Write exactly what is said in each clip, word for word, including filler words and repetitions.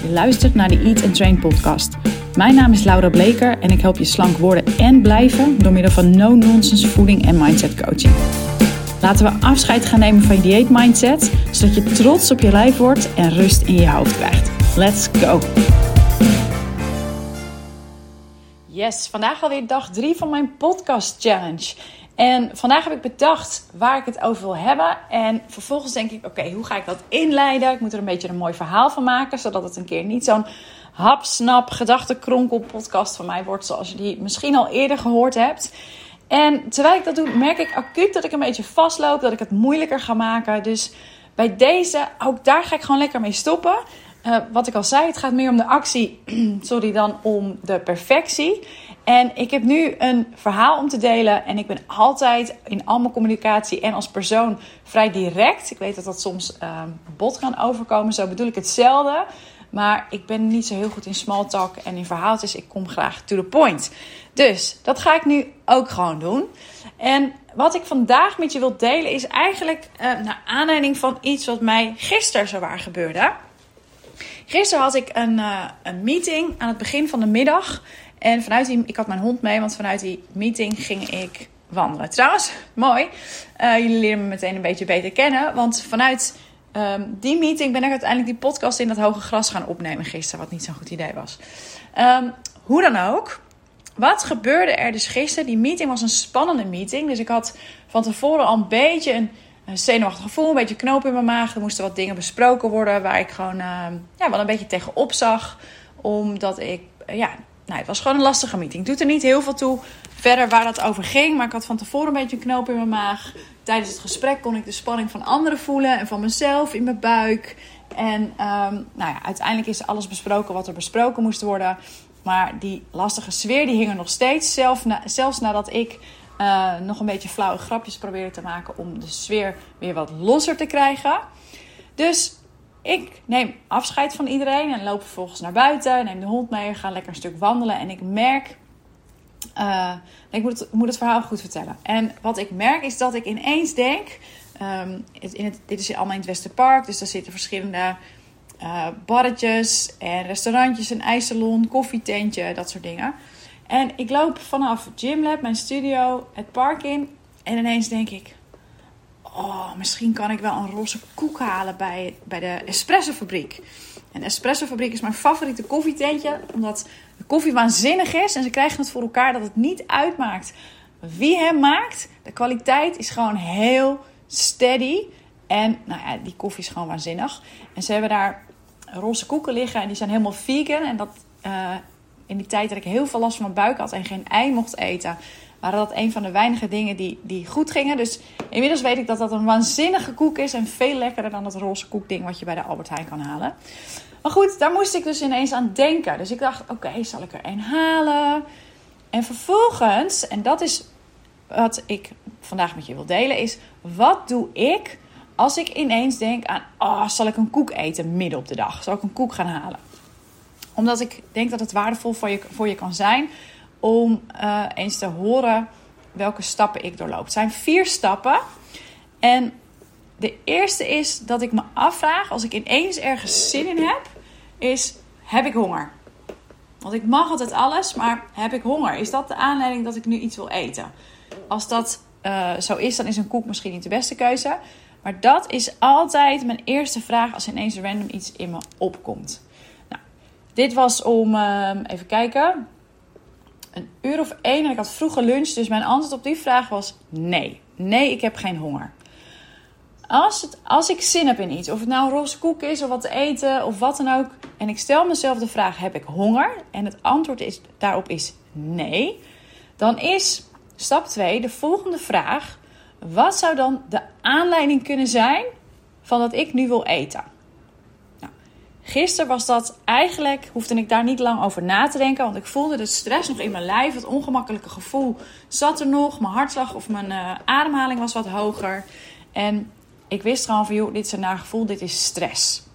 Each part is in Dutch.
Je luistert naar de Eat and Train podcast. Mijn naam is Laura Bleker en ik help je slank worden en blijven door middel van no-nonsense voeding en mindset coaching. Laten we afscheid gaan nemen van je dieet mindset, zodat je trots op je lijf wordt en rust in je hoofd krijgt. Let's go! Yes, vandaag alweer dag drie van mijn podcast challenge. En vandaag heb ik bedacht waar ik het over wil hebben. En vervolgens denk ik, oké, okay, hoe ga ik dat inleiden? Ik moet er een beetje een mooi verhaal van maken, zodat het een keer niet zo'n hapsnap, gedachtenkronkel podcast van mij wordt, zoals je die misschien al eerder gehoord hebt. En terwijl ik dat doe, merk ik acuut dat ik een beetje vastloop, dat ik het moeilijker ga maken. Dus bij deze, ook daar ga ik gewoon lekker mee stoppen. Uh, wat ik al zei, het gaat meer om de actie, sorry, dan om de perfectie. En ik heb nu een verhaal om te delen. En ik ben altijd in al mijn communicatie en als persoon vrij direct. Ik weet dat dat soms uh, bot kan overkomen, zo bedoel ik het zelden. Maar ik ben niet zo heel goed in small talk en in verhaaltjes. Ik kom graag to the point. Dus dat ga ik nu ook gewoon doen. En wat ik vandaag met je wil delen is eigenlijk uh, naar aanleiding van iets wat mij gisteren zowaar gebeurde. Gisteren had ik een, uh, een meeting aan het begin van de middag. En vanuit die, ik had mijn hond mee, want vanuit die meeting ging ik wandelen. Trouwens, mooi. Uh, jullie leren me meteen een beetje beter kennen. Want vanuit um, die meeting ben ik uiteindelijk die podcast in dat hoge gras gaan opnemen gisteren. Wat niet zo'n goed idee was. Um, hoe dan ook. Wat gebeurde er dus gisteren? Die meeting was een spannende meeting. Dus ik had van tevoren al een beetje een, een zenuwachtig gevoel. Een beetje knoop in mijn maag. Er moesten wat dingen besproken worden. Waar ik gewoon uh, ja, wel een beetje tegenop zag. Omdat ik... Uh, ja, nou, het was gewoon een lastige meeting. Doet er niet heel veel toe verder waar dat over ging. Maar ik had van tevoren een beetje een knoop in mijn maag. Tijdens het gesprek kon ik de spanning van anderen voelen. En van mezelf in mijn buik. En um, nou ja, uiteindelijk is alles besproken wat er besproken moest worden. Maar die lastige sfeer die hing er nog steeds. Zelf na, zelfs nadat ik uh, nog een beetje flauwe grapjes probeerde te maken. Om de sfeer weer wat losser te krijgen. Dus ik neem afscheid van iedereen. En loop vervolgens naar buiten. Neem de hond mee. Ga lekker een stuk wandelen. En ik merk... Uh, ik moet het, moet het verhaal goed vertellen. En wat ik merk is dat ik ineens denk... Um, in het, dit is allemaal in het Westerpark. Dus daar zitten verschillende... Uh, barretjes en restaurantjes, een ijssalon, koffietentje, dat soort dingen. En ik loop vanaf Gymlab, mijn studio, het park in. En ineens denk ik... Oh, misschien kan ik wel een roze koek halen bij, bij de espressofabriek. En de espressofabriek is mijn favoriete koffietentje. Omdat de koffie waanzinnig is. En ze krijgen het voor elkaar dat het niet uitmaakt wie hem maakt. De kwaliteit is gewoon heel steady. En nou ja, die koffie is gewoon waanzinnig. En ze hebben daar roze koeken liggen en die zijn helemaal vegan. En dat uh, in die tijd dat ik heel veel last van mijn buik had en geen ei mocht eten, waren dat een van de weinige dingen die, die goed gingen. Dus inmiddels weet ik dat dat een waanzinnige koek is en veel lekkerder dan dat roze koekding wat je bij de Albert Heijn kan halen. Maar goed, daar moest ik dus ineens aan denken. Dus ik dacht, oké, okay, zal ik er een halen? En vervolgens, en dat is wat ik vandaag met je wil delen, is wat doe ik als ik ineens denk aan, oh, zal ik een koek eten midden op de dag? Zal ik een koek gaan halen? Omdat ik denk dat het waardevol voor je, voor je kan zijn om uh, eens te horen welke stappen ik doorloop. Het zijn vier stappen. En de eerste is dat ik me afvraag, als ik ineens ergens zin in heb, is, heb ik honger? Want ik mag altijd alles, maar heb ik honger? Is dat de aanleiding dat ik nu iets wil eten? Als dat uh, zo is, dan is een koek misschien niet de beste keuze. Maar dat is altijd mijn eerste vraag als ineens random iets in me opkomt. Nou, dit was om, uh, even kijken, een uur of één en ik had vroeg geluncht. Dus mijn antwoord op die vraag was nee. Nee, ik heb geen honger. Als, het, als ik zin heb in iets, of het nou een roze koek is of wat te eten of wat dan ook. En ik stel mezelf de vraag, heb ik honger? En het antwoord is, daarop is nee. Dan is stap twee de volgende vraag. Wat zou dan de aanleiding kunnen zijn van dat ik nu wil eten? Nou, gisteren was dat eigenlijk, hoefde ik daar niet lang over na te denken. Want ik voelde de stress nog in mijn lijf. Het ongemakkelijke gevoel zat er nog. Mijn hartslag of mijn uh, ademhaling was wat hoger. En ik wist gewoon van, joh, dit is een naar gevoel, dit is stress.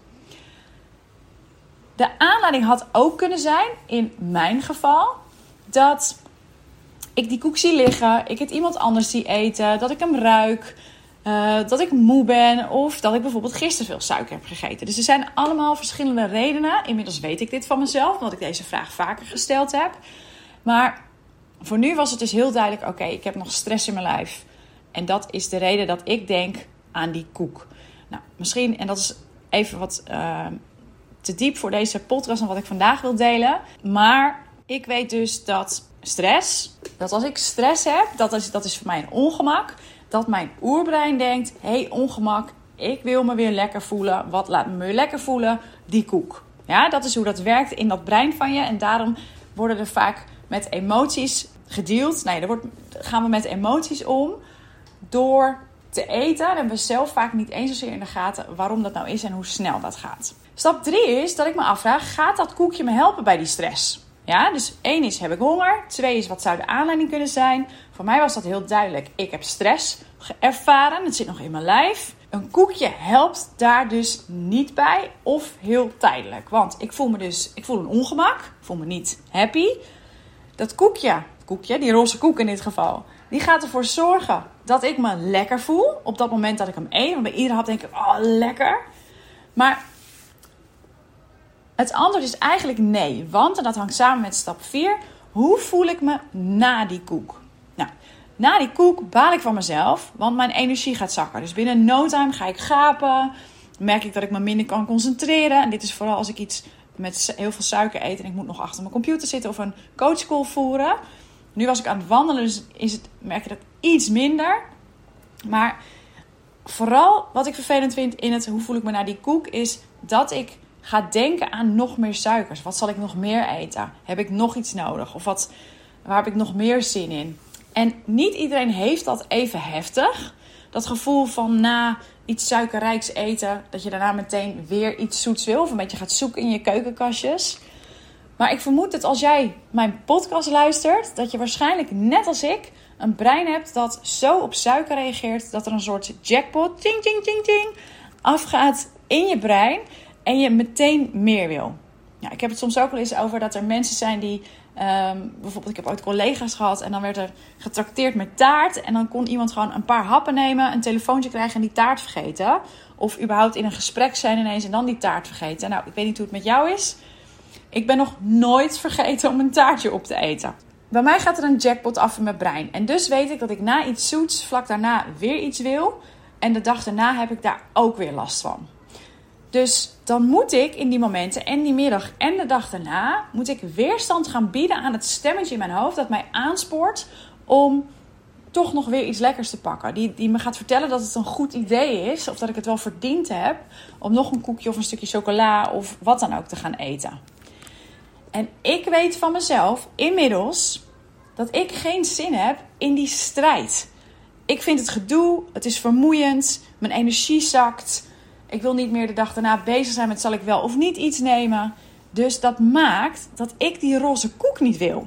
De aanleiding had ook kunnen zijn, in mijn geval, dat ik die koek zie liggen, ik het iemand anders zie eten, dat ik hem ruik. uh, dat ik moe ben of dat ik bijvoorbeeld gisteren veel suiker heb gegeten. Dus er zijn allemaal verschillende redenen. Inmiddels weet ik dit van mezelf, omdat ik deze vraag vaker gesteld heb. Maar voor nu was het dus heel duidelijk, oké, okay, ik heb nog stress in mijn lijf. En dat is de reden dat ik denk aan die koek. Nou, misschien, en dat is even wat uh, te diep voor deze podcast en wat ik vandaag wil delen. Maar ik weet dus dat stress, dat als ik stress heb, dat is, dat is voor mij een ongemak. Dat mijn oerbrein denkt, hé, hey, ongemak, ik wil me weer lekker voelen. Wat laat me weer lekker voelen? Die koek. Ja, dat is hoe dat werkt in dat brein van je. En daarom worden er vaak met emoties gedeeld. Nee, er wordt, gaan we met emoties om door te eten. Dan hebben we zelf vaak niet eens zozeer in de gaten waarom dat nou is en hoe snel dat gaat. Stap drie is dat ik me afvraag, gaat dat koekje me helpen bij die stress? Ja, dus één is, heb ik honger? Twee is, wat zou de aanleiding kunnen zijn? Voor mij was dat heel duidelijk. Ik heb stress ervaren. Het zit nog in mijn lijf. Een koekje helpt daar dus niet bij of heel tijdelijk. Want ik voel me dus, ik voel een ongemak. Ik voel me niet happy. Dat koekje, koekje, die roze koek in dit geval, die gaat ervoor zorgen dat ik me lekker voel op dat moment dat ik hem eet. Want bij iedere hap denk ik, oh, lekker. Maar het antwoord is eigenlijk nee. Want, en dat hangt samen met stap vier, hoe voel ik me na die koek? Nou, na die koek baal ik van mezelf, want mijn energie gaat zakken. Dus binnen no time ga ik gapen. Merk ik dat ik me minder kan concentreren. En dit is vooral als ik iets met heel veel suiker eet en ik moet nog achter mijn computer zitten of een coachcall voeren. Nu was ik aan het wandelen, dus is het, merk je dat iets minder. Maar vooral wat ik vervelend vind in het hoe voel ik me na die koek, is dat ik ga denken aan nog meer suikers. Wat zal ik nog meer eten? Heb ik nog iets nodig? Of wat, waar heb ik nog meer zin in? En niet iedereen heeft dat even heftig. Dat gevoel van na iets suikerrijks eten, dat je daarna meteen weer iets zoets wil. Of een beetje gaat zoeken in je keukenkastjes. Maar ik vermoed dat als jij mijn podcast luistert, dat je waarschijnlijk net als ik een brein hebt dat zo op suiker reageert, dat er een soort jackpot, ting, ting, ting, ting, afgaat in je brein en je meteen meer wil. Ja, ik heb het soms ook wel eens over dat er mensen zijn die, um, bijvoorbeeld ik heb ooit collega's gehad en dan werd er getrakteerd met taart en dan kon iemand gewoon een paar happen nemen, een telefoontje krijgen en die taart vergeten. Of überhaupt in een gesprek zijn ineens en dan die taart vergeten. Nou, ik weet niet hoe het met jou is. Ik ben nog nooit vergeten om een taartje op te eten. Bij mij gaat er een jackpot af in mijn brein. En dus weet ik dat ik na iets zoets vlak daarna weer iets wil. En de dag daarna heb ik daar ook weer last van. Dus dan moet ik in die momenten en die middag en de dag daarna, moet ik weerstand gaan bieden aan het stemmetje in mijn hoofd dat mij aanspoort om toch nog weer iets lekkers te pakken. Die, die me gaat vertellen dat het een goed idee is of dat ik het wel verdiend heb om nog een koekje of een stukje chocola of wat dan ook te gaan eten. En ik weet van mezelf inmiddels dat ik geen zin heb in die strijd. Ik vind het gedoe, het is vermoeiend, mijn energie zakt. Ik wil niet meer de dag daarna bezig zijn met zal ik wel of niet iets nemen. Dus dat maakt dat ik die roze koek niet wil.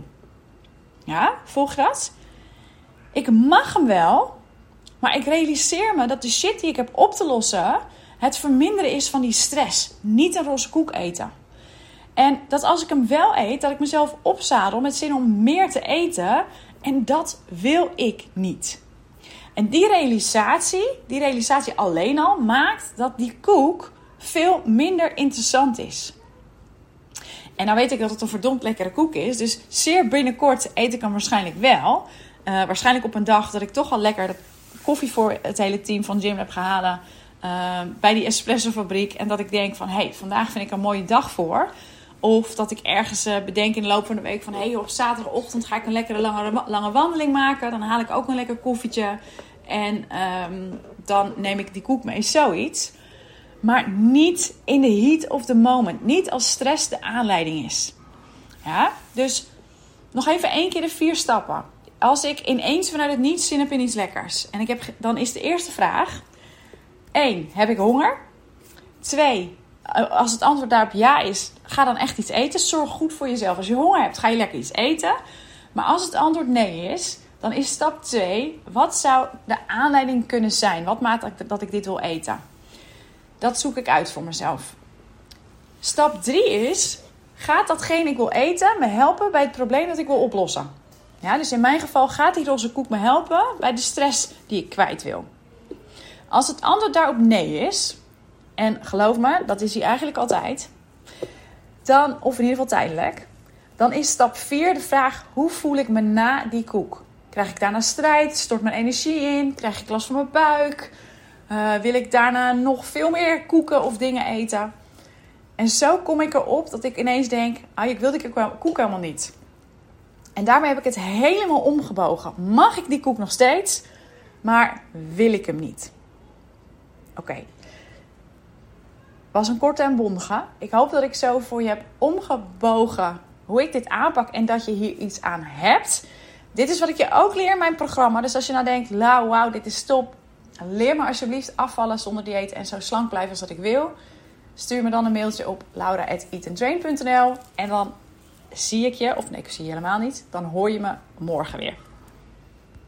Ja, volg je dat? Ik mag hem wel, maar ik realiseer me dat de shit die ik heb op te lossen het verminderen is van die stress. Niet een roze koek eten. En dat als ik hem wel eet, dat ik mezelf opzadel met zin om meer te eten. En dat wil ik niet. En die realisatie, die realisatie alleen al, maakt dat die koek veel minder interessant is. En nou weet ik dat het een verdomd lekkere koek is. Dus zeer binnenkort eet ik hem waarschijnlijk wel. Uh, waarschijnlijk op een dag dat ik toch al lekker de koffie voor het hele team van Gym heb gehaald. Uh, bij die espressofabriek. En dat ik denk van, hé, hey, vandaag vind ik een mooie dag voor. Of dat ik ergens uh, bedenk in de loop van de week van, hé, hey, op zaterdagochtend ga ik een lekkere lange, lange wandeling maken. Dan haal ik ook een lekker koffietje. En um, dan neem ik die koek mee, zoiets. Maar niet in the heat of the moment. Niet als stress de aanleiding is. Ja, dus nog even één keer de vier stappen. Als ik ineens vanuit het niets zin heb in iets lekkers. En ik heb, dan is de eerste vraag. één. Heb ik honger? twee. Als het antwoord daarop ja is, ga dan echt iets eten. Zorg goed voor jezelf. Als je honger hebt, ga je lekker iets eten. Maar als het antwoord nee is, dan is stap twee. Wat zou de aanleiding kunnen zijn? Wat maakt dat ik dit wil eten? Dat zoek ik uit voor mezelf. Stap drie is, gaat datgene ik wil eten me helpen bij het probleem dat ik wil oplossen? Ja, dus in mijn geval gaat die roze koek me helpen bij de stress die ik kwijt wil. Als het antwoord daarop nee is, en geloof me, dat is hij eigenlijk altijd, dan, of in ieder geval tijdelijk, dan is stap vier de vraag: hoe voel ik me na die koek? Krijg ik daarna strijd? Stort mijn energie in? Krijg ik last van mijn buik? Uh, wil ik daarna nog veel meer koeken of dingen eten? En zo kom ik erop dat ik ineens denk: ah, ik wil die koek helemaal niet. En daarmee heb ik het helemaal omgebogen. Mag ik die koek nog steeds? Maar wil ik hem niet? Oké. Okay. Was een korte en bondige. Ik hoop dat ik zo voor je heb omgebogen hoe ik dit aanpak en dat je hier iets aan hebt. Dit is wat ik je ook leer in mijn programma. Dus als je nou denkt, nou, wauw, dit is top. Leer me alsjeblieft afvallen zonder dieet en zo slank blijven als dat ik wil. Stuur me dan een mailtje op laura at eat and train dot n l en dan zie ik je, of nee, ik zie je helemaal niet. Dan hoor je me morgen weer.